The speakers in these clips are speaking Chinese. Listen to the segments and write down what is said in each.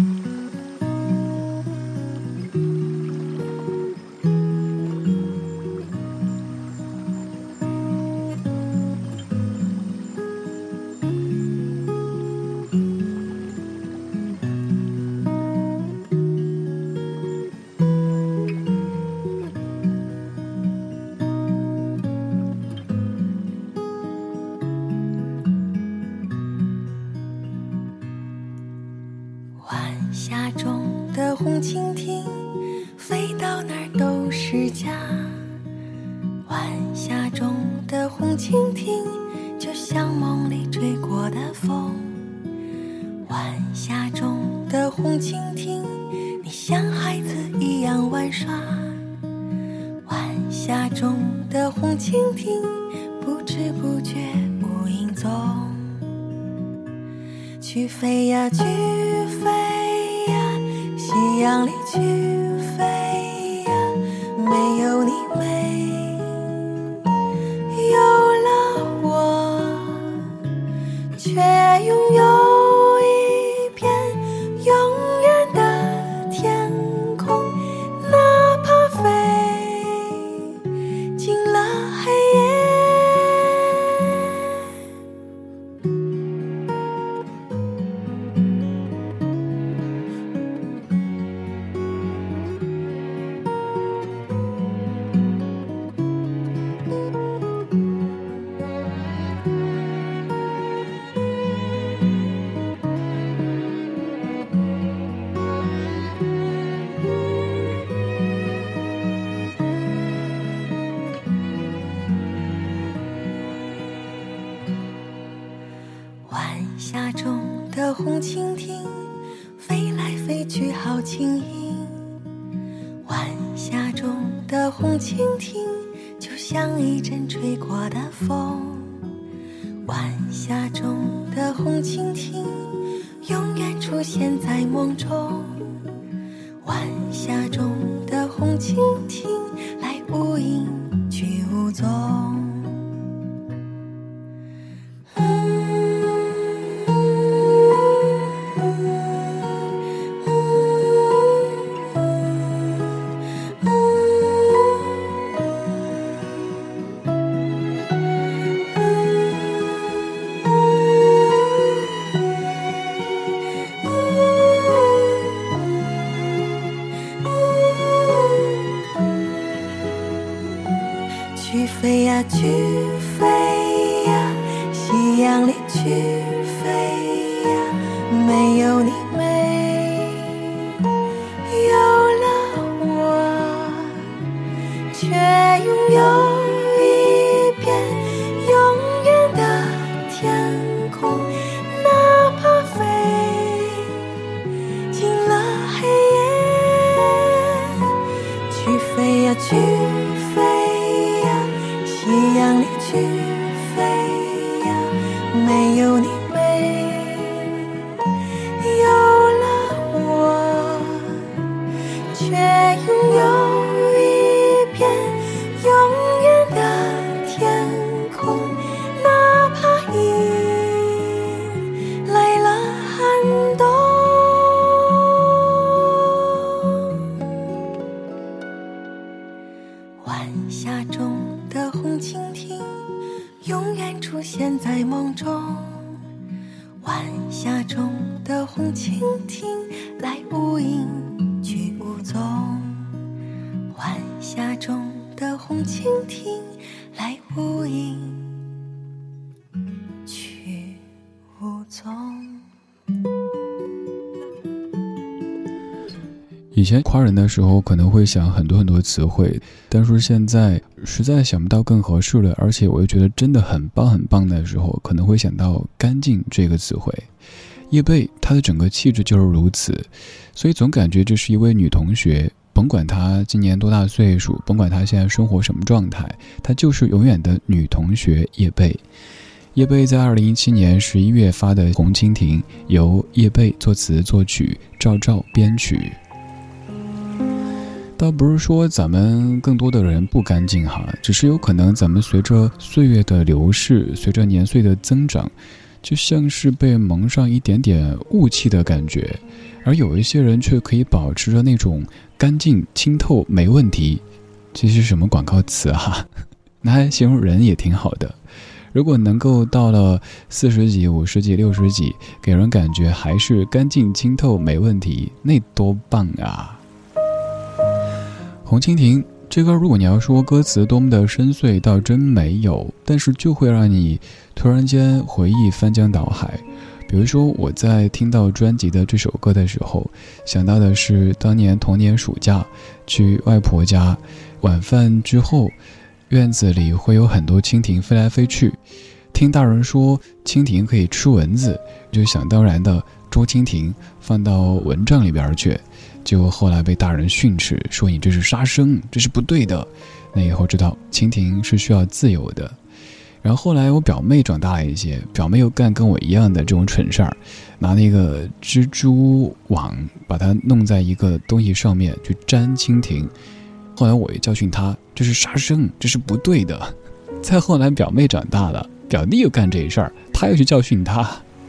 夏中的红蜻蜓，飞到哪儿都是家。晚霞中的红蜻蜓，就像梦里吹过的风。晚霞中的红蜻蜓，你像孩子一样玩耍。晚霞中的红蜻蜓，不知不觉无影踪。去飞呀去飞呀，夕阳里去飞呀，没有你没有了我，却拥有一片永远的天空，哪怕飞进了黑夜。晚霞中的红蜻蜓，飞来飞去好轻盈。晚霞中的红蜻蜓，就像一阵吹过的风。晚霞中的红蜻蜓，永远出现在梦中。晚霞中的红蜻蜓，来无影去无踪。去飞呀去飞呀，夕阳里去飞呀，没有你没有了我，却拥有一片永远的天空，哪怕飞进了黑夜。去飞呀去飞呀，夕阳里去飞呀，没有你没有了我，却拥有一片永远的天空，哪怕迎来了寒冬。晚霞中的红蜻蜓，永远出现在梦中。晚霞中的红蜻蜓，来无影去无踪。晚霞中的红蜻蜓，来无影去无踪。 以前夸人的时候可能会想很多很多词汇，但是现在实在想不到更合适的，而且我又觉得真的很棒很棒的时候，可能会想到干净这个词汇。叶蓓她的整个气质就是如此，所以总感觉这是一位女同学，甭管她今年多大岁数，甭管她现在生活什么状态，她就是永远的女同学叶蓓。叶蓓在2017年11月发的《红蜻蜓》，由叶蓓作词作曲，赵照编曲。倒不是说咱们更多的人不干净哈，只是有可能咱们随着岁月的流逝，随着年岁的增长，就像是被蒙上一点点雾气的感觉， 而有一些人却可以保持着那种干净清透没问题。这是什么广告词啊？拿来形容人也挺好的。如果能够到了40几、50几、60几，给人感觉还是干净清透没问题，那多棒啊！红蜻蜓这歌，如果你要说歌词多么的深邃，倒真没有，但是就会让你突然间回忆翻江倒海。比如说我在听到专辑的这首歌的时候，想到的是当年童年暑假去外婆家，晚饭之后院子里会有很多蜻蜓飞来飞去，听大人说蜻蜓可以吃蚊子，就想当然的捉蜻蜓放到蚊帐里边去，结果后来被大人训斥，说你这是杀生，这是不对的。那以后知道蜻蜓是需要自由的。然后后来我表妹长大了一些，表妹又干跟我一样的这种蠢事儿，拿那个蜘蛛网把它弄在一个东西上面去粘蜻蜓，后来我也教训她，这是杀生，这是不对的。再后来表妹长大了，表弟又干这事儿，她又去教训她。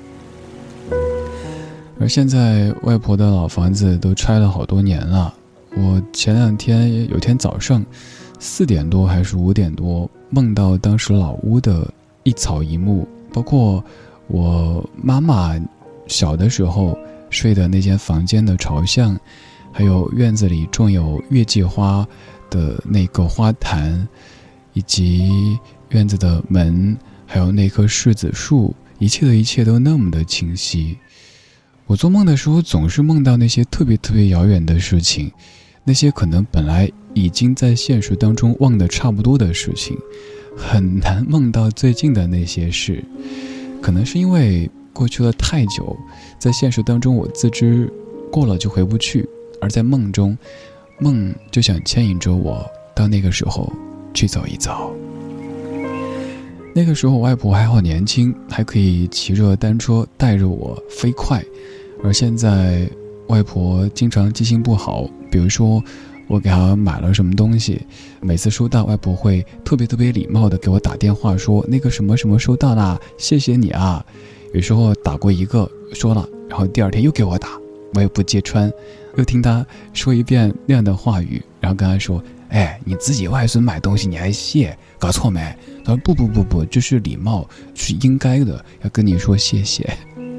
而现在外婆的老房子都拆了好多年了，我前2天有天早上4点多还是5点多，梦到当时老屋的一草一木，包括我妈妈小的时候睡的那间房间的朝向，还有院子里种有月季花的那个花坛，以及院子的门，还有那棵柿子树，一切的一切都那么的清晰。我做梦的时候总是梦到那些特别特别遥远的事情，那些可能本来已经在现实当中忘得差不多的事情，很难梦到最近的那些事。可能是因为过去了太久，在现实当中我自知过了就回不去，而在梦中，梦就想牵引着我到那个时候去走一走。那个时候我外婆还好年轻，还可以骑着单车带着我飞快，而现在外婆经常记性不好，比如说我给她买了什么东西，每次收到外婆会特别特别礼貌的给我打电话说那个什么什么收到啦，谢谢你啊。有时候打过一个说了，然后第2天又给我打，我也不揭穿，又听她说一遍那样的话语，然后跟她说，哎，你自己外孙买东西你还谢，搞错没？他说不，这是礼貌，是应该的，要跟你说谢谢。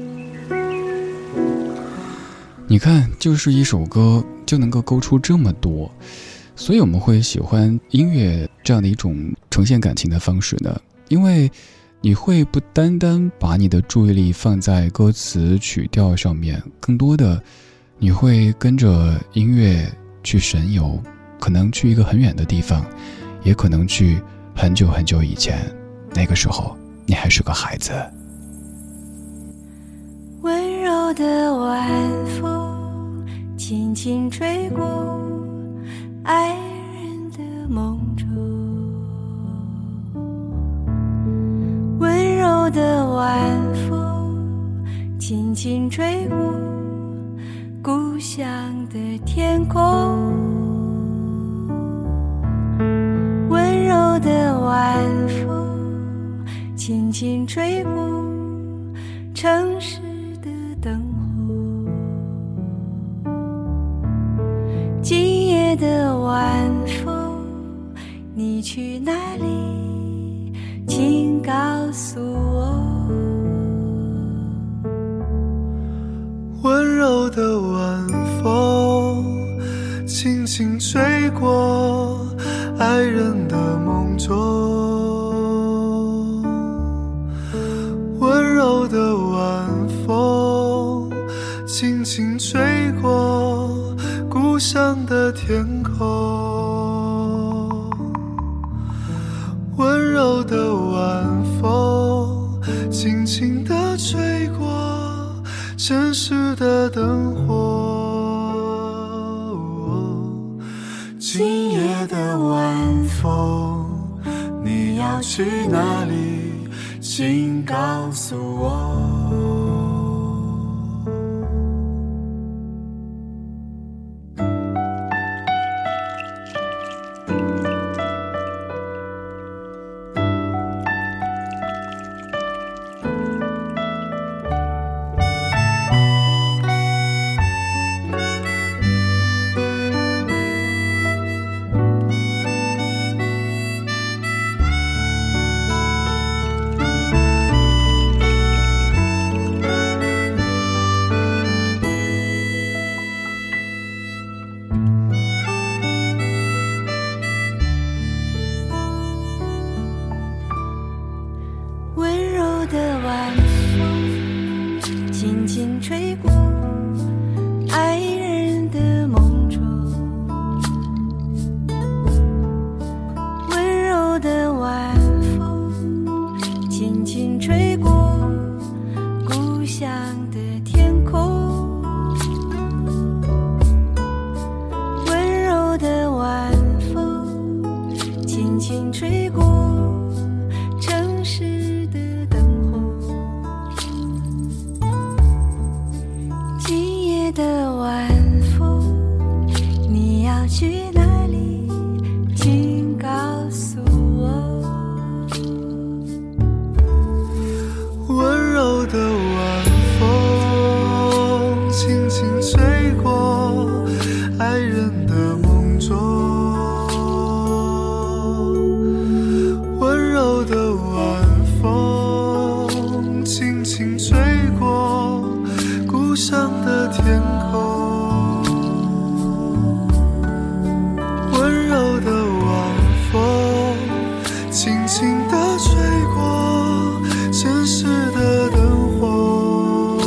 你看，就是一首歌就能够勾出这么多，所以我们会喜欢音乐这样的一种呈现感情的方式呢，因为你会不单单把你的注意力放在歌词曲调上面，更多的你会跟着音乐去神游，可能去一个很远的地方，也可能去很久很久以前，那个时候你还是个孩子。 温柔的晚风轻轻吹过爱人的梦中，温柔的晚风轻轻吹过故乡的天空，温柔的晚风轻轻吹过城市的灯火，今夜的晚风你去哪里，请告诉我。 温柔的晚风轻轻吹过爱人的梦中，温柔的晚风轻轻吹过故乡的天空，温柔的晚风轻轻地吹过城市的灯火，今夜的晚风你要去哪里，请告诉我。 晚风轻轻吹过爱人的梦中，温柔的晚风轻轻吹过故乡的天空，温柔的晚风轻轻吹过城市的灯红，今夜的晚风你要去哪里，请告诉我。 温柔的晚风轻轻吹过爱人的梦中，温柔的晚风轻轻吹过故乡的天空，温柔的晚风轻轻地吹过城市的灯火，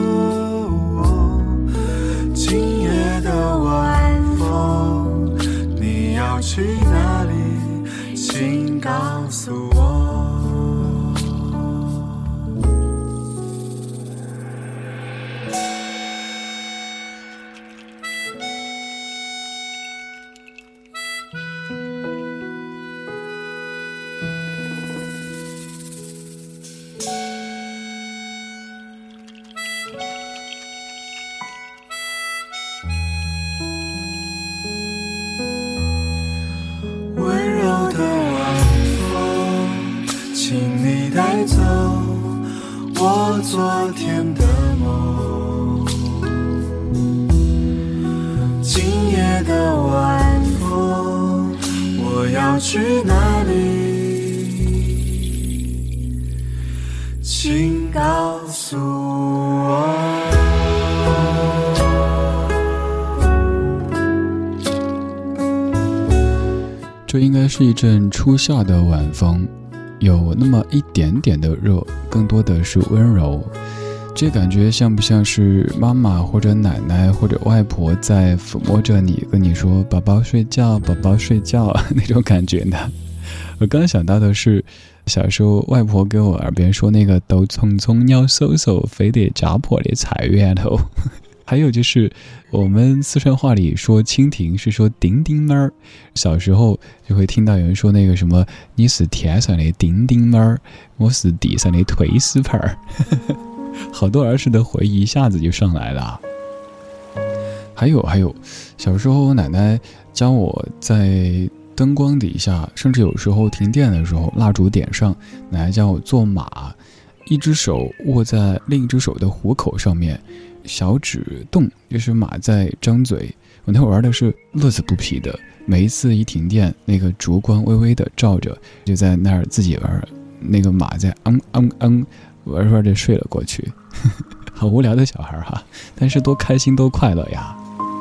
今夜的晚风你要去哪里，请告诉我。温柔的晚风，请你带走我昨天的梦，今夜的晚风我要去哪里，请告诉我。 这应该是一阵初夏的晚风，有那么一点点的热，更多的是温柔。这感觉像不像是妈妈或者奶奶或者外婆在抚摸着你，跟你说宝宝睡觉宝宝睡觉那种感觉呢？我刚想到的是小时候外婆给我耳边说那个豆葱葱鸟嗖嗖非得夹破的菜园头。还有就是我们四川话里说蜻蜓是说丁丁妹儿，小时候就会听到有人说那个什么你是天上的丁丁妹儿，我是地上的推屎盆儿。好多儿时的回忆一下子就上来了。还有小时候奶奶教我在灯光底下，甚至有时候停电的时候蜡烛点上，奶奶教我做马，一只手握在另一只手的虎口上面，小指动，就是马在张嘴。我那会儿玩的是乐此不疲的，每一次一停电，那个烛光微微的照着，就在那儿自己玩，那个马在玩着睡了过去。好无聊的小孩哈，但是多开心多快乐呀。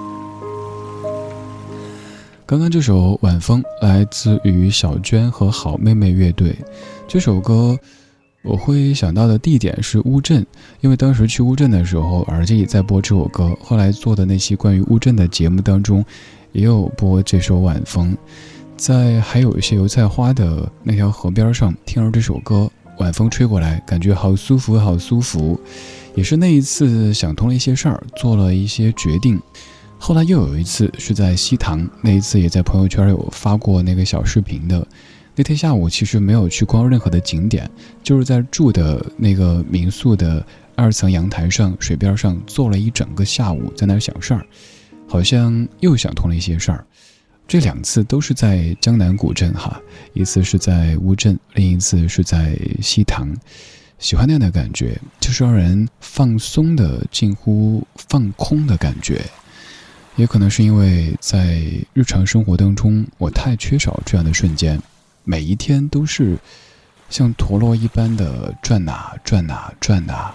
刚刚这首《晚风》来自于小娟和好妹妹乐队。这首歌我会想到的地点是乌镇，因为当时去乌镇的时候耳机里在播这首歌，后来做的那期关于乌镇的节目当中也有播这首《晚风》。在还有一些油菜花的那条河边上听了这首歌，晚风吹过来，感觉好舒服好舒服。也是那一次想通了一些事儿，做了一些决定。后来又有一次是在西塘，那一次也在朋友圈有发过那个小视频的。那天下午其实没有去逛任何的景点，就是在住的那个民宿的2层阳台上水边上坐了一整个下午，在那儿想事儿，好像又想通了一些事儿。这2次都是在江南古镇哈，一次是在乌镇，另一次是在西塘。喜欢那样的感觉，就是让人放松的近乎放空的感觉。也可能是因为在日常生活当中我太缺少这样的瞬间，每一天都是像陀螺一般的转哪转哪转哪。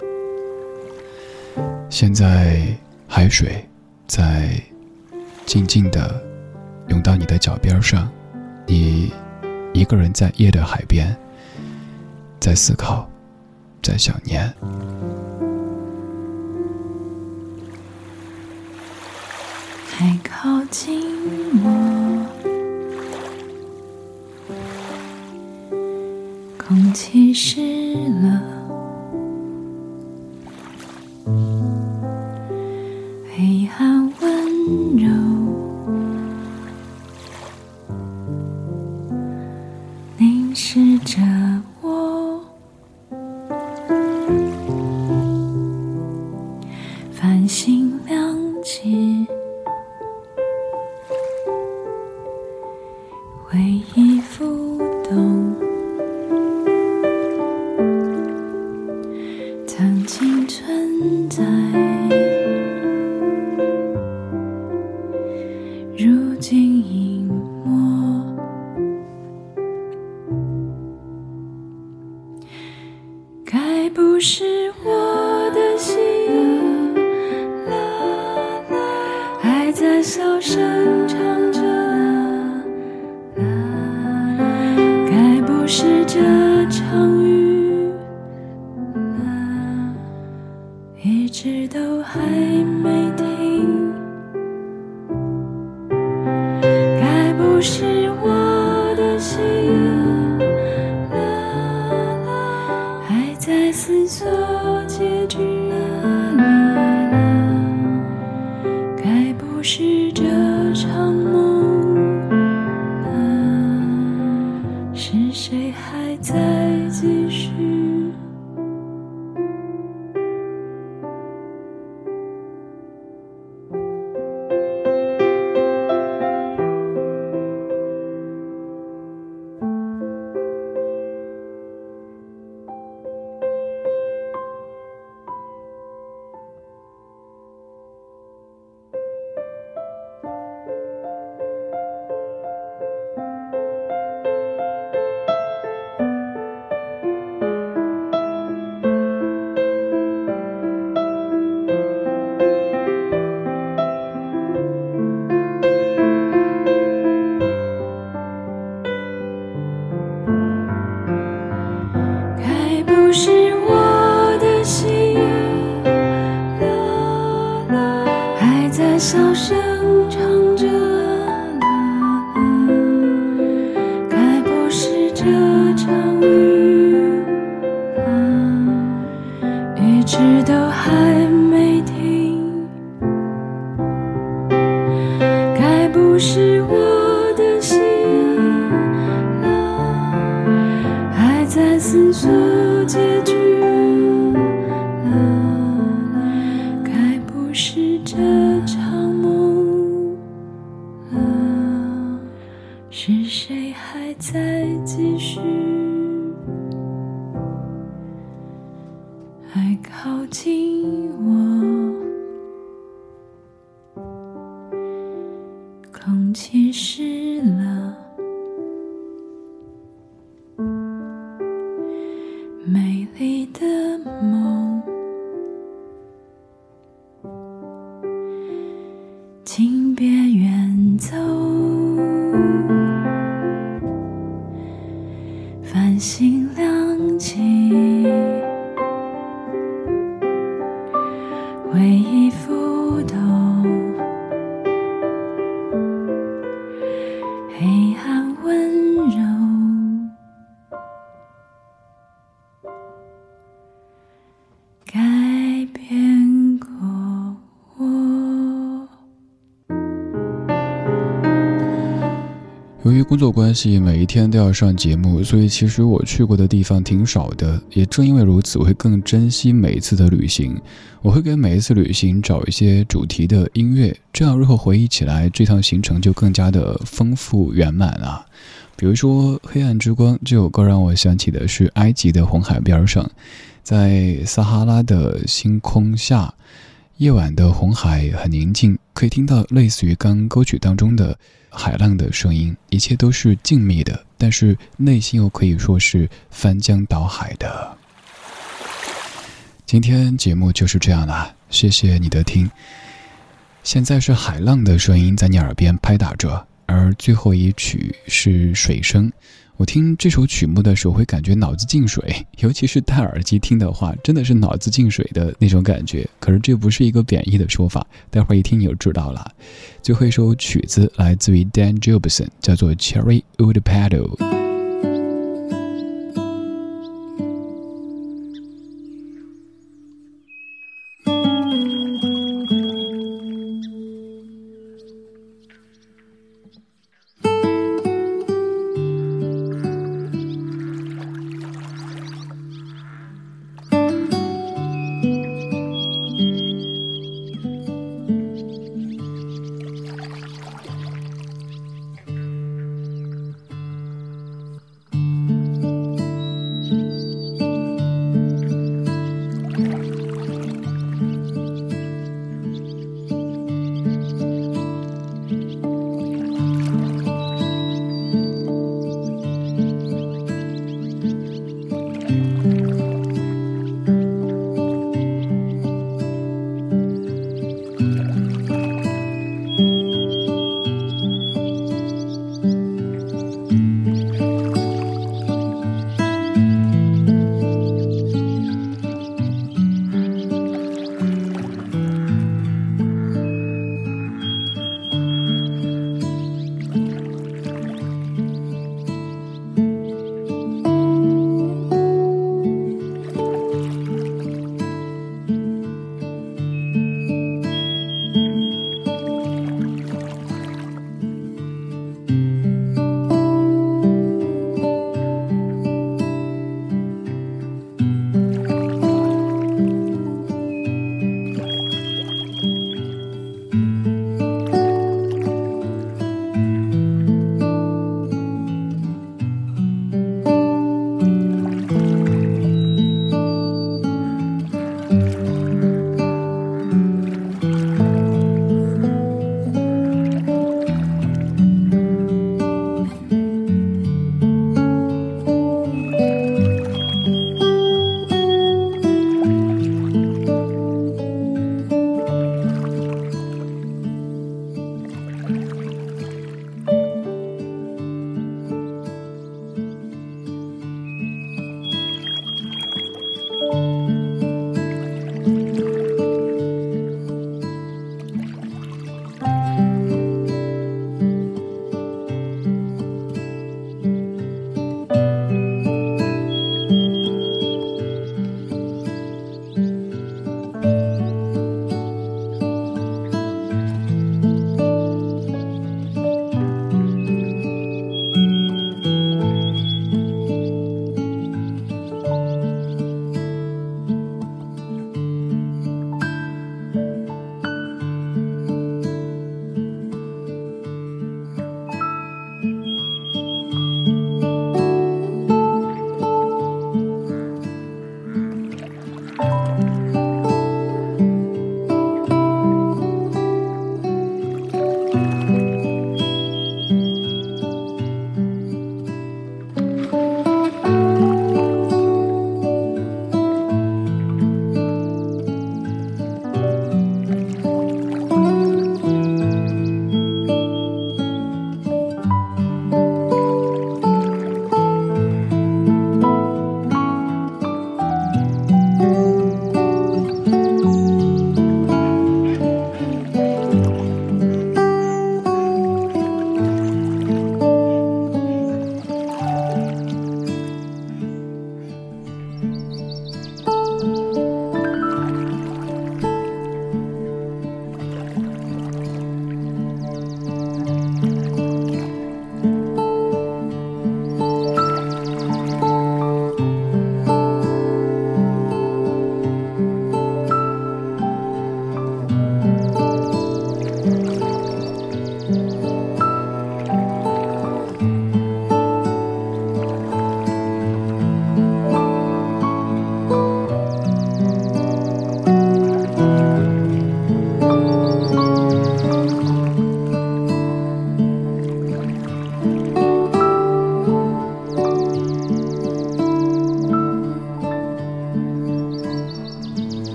现在海水在静静地涌到你的脚边上，你一个人在夜的海边，在思考在想念。 还靠近我，空气湿了，黑暗温柔，凝视着我，繁星亮起，回忆浮动，曾经存在，如今隐没，该不是我的心还在小声唱着，该不是这场雨一直都还没停，该不是我的心还在思索结局，该不是这场梦是谁还在继续？不是我的心还在小声唱着，该不是这场雨一直都还没停，该不是我的心还在思索结局，该不是这场梦是谁还在继续？还靠近我，空气湿了，美丽的梦，请别远走，繁星亮起，回忆浮动，黑暗温柔，改变过我。 由于工作关系，每一天都要上节目，所以其实我去过的地方挺少的。也正因为如此，我会更珍惜每一次的旅行。我会给每一次旅行找一些主题的音乐，这样日后回忆起来，这趟行程就更加的丰富圆满啊。比如说《黑暗之光》这首歌让我想起的是埃及的红海边上，在撒哈拉的星空下，夜晚的红海很宁静，可以听到类似于刚歌曲当中的海浪的声音，一切都是静谧的，但是内心又可以说是翻江倒海的。今天节目就是这样啦，谢谢你的听。现在是海浪的声音在你耳边拍打着，而最后一曲是水声。 我听这首曲目的时候会感觉脑子进水，尤其是戴耳机听的话，真的是脑子进水的那种感觉。可是这不是一个贬义的说法，待会儿一听你就知道了。最后一首曲子来自于 Dan Gilbertson，叫做 Cherry Wood Paddle。